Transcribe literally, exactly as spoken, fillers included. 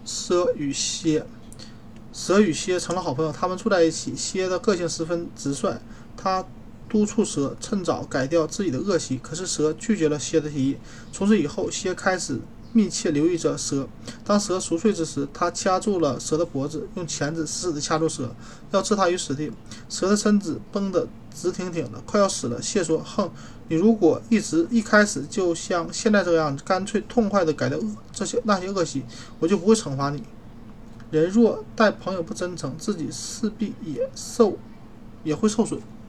蛇与蝎。蛇与蝎成了好朋友，他们住在一起。蝎的个性十分直率，他督促蛇趁早改掉自己的恶习，可是蛇拒绝了蝎的提议。从此以后，蝎开始密切留意着蛇。当蛇熟睡之时，他掐住了蛇的脖子，用钳子死死地掐住蛇，要置它于死地。蛇的身子绷得直挺挺的，快要死了。蝎说：“哼，你如果一直一开始就像现在这样干脆痛快地改掉这些那些恶习，我就不会惩罚你。人若待朋友不真诚，自己势必也受也会受损。”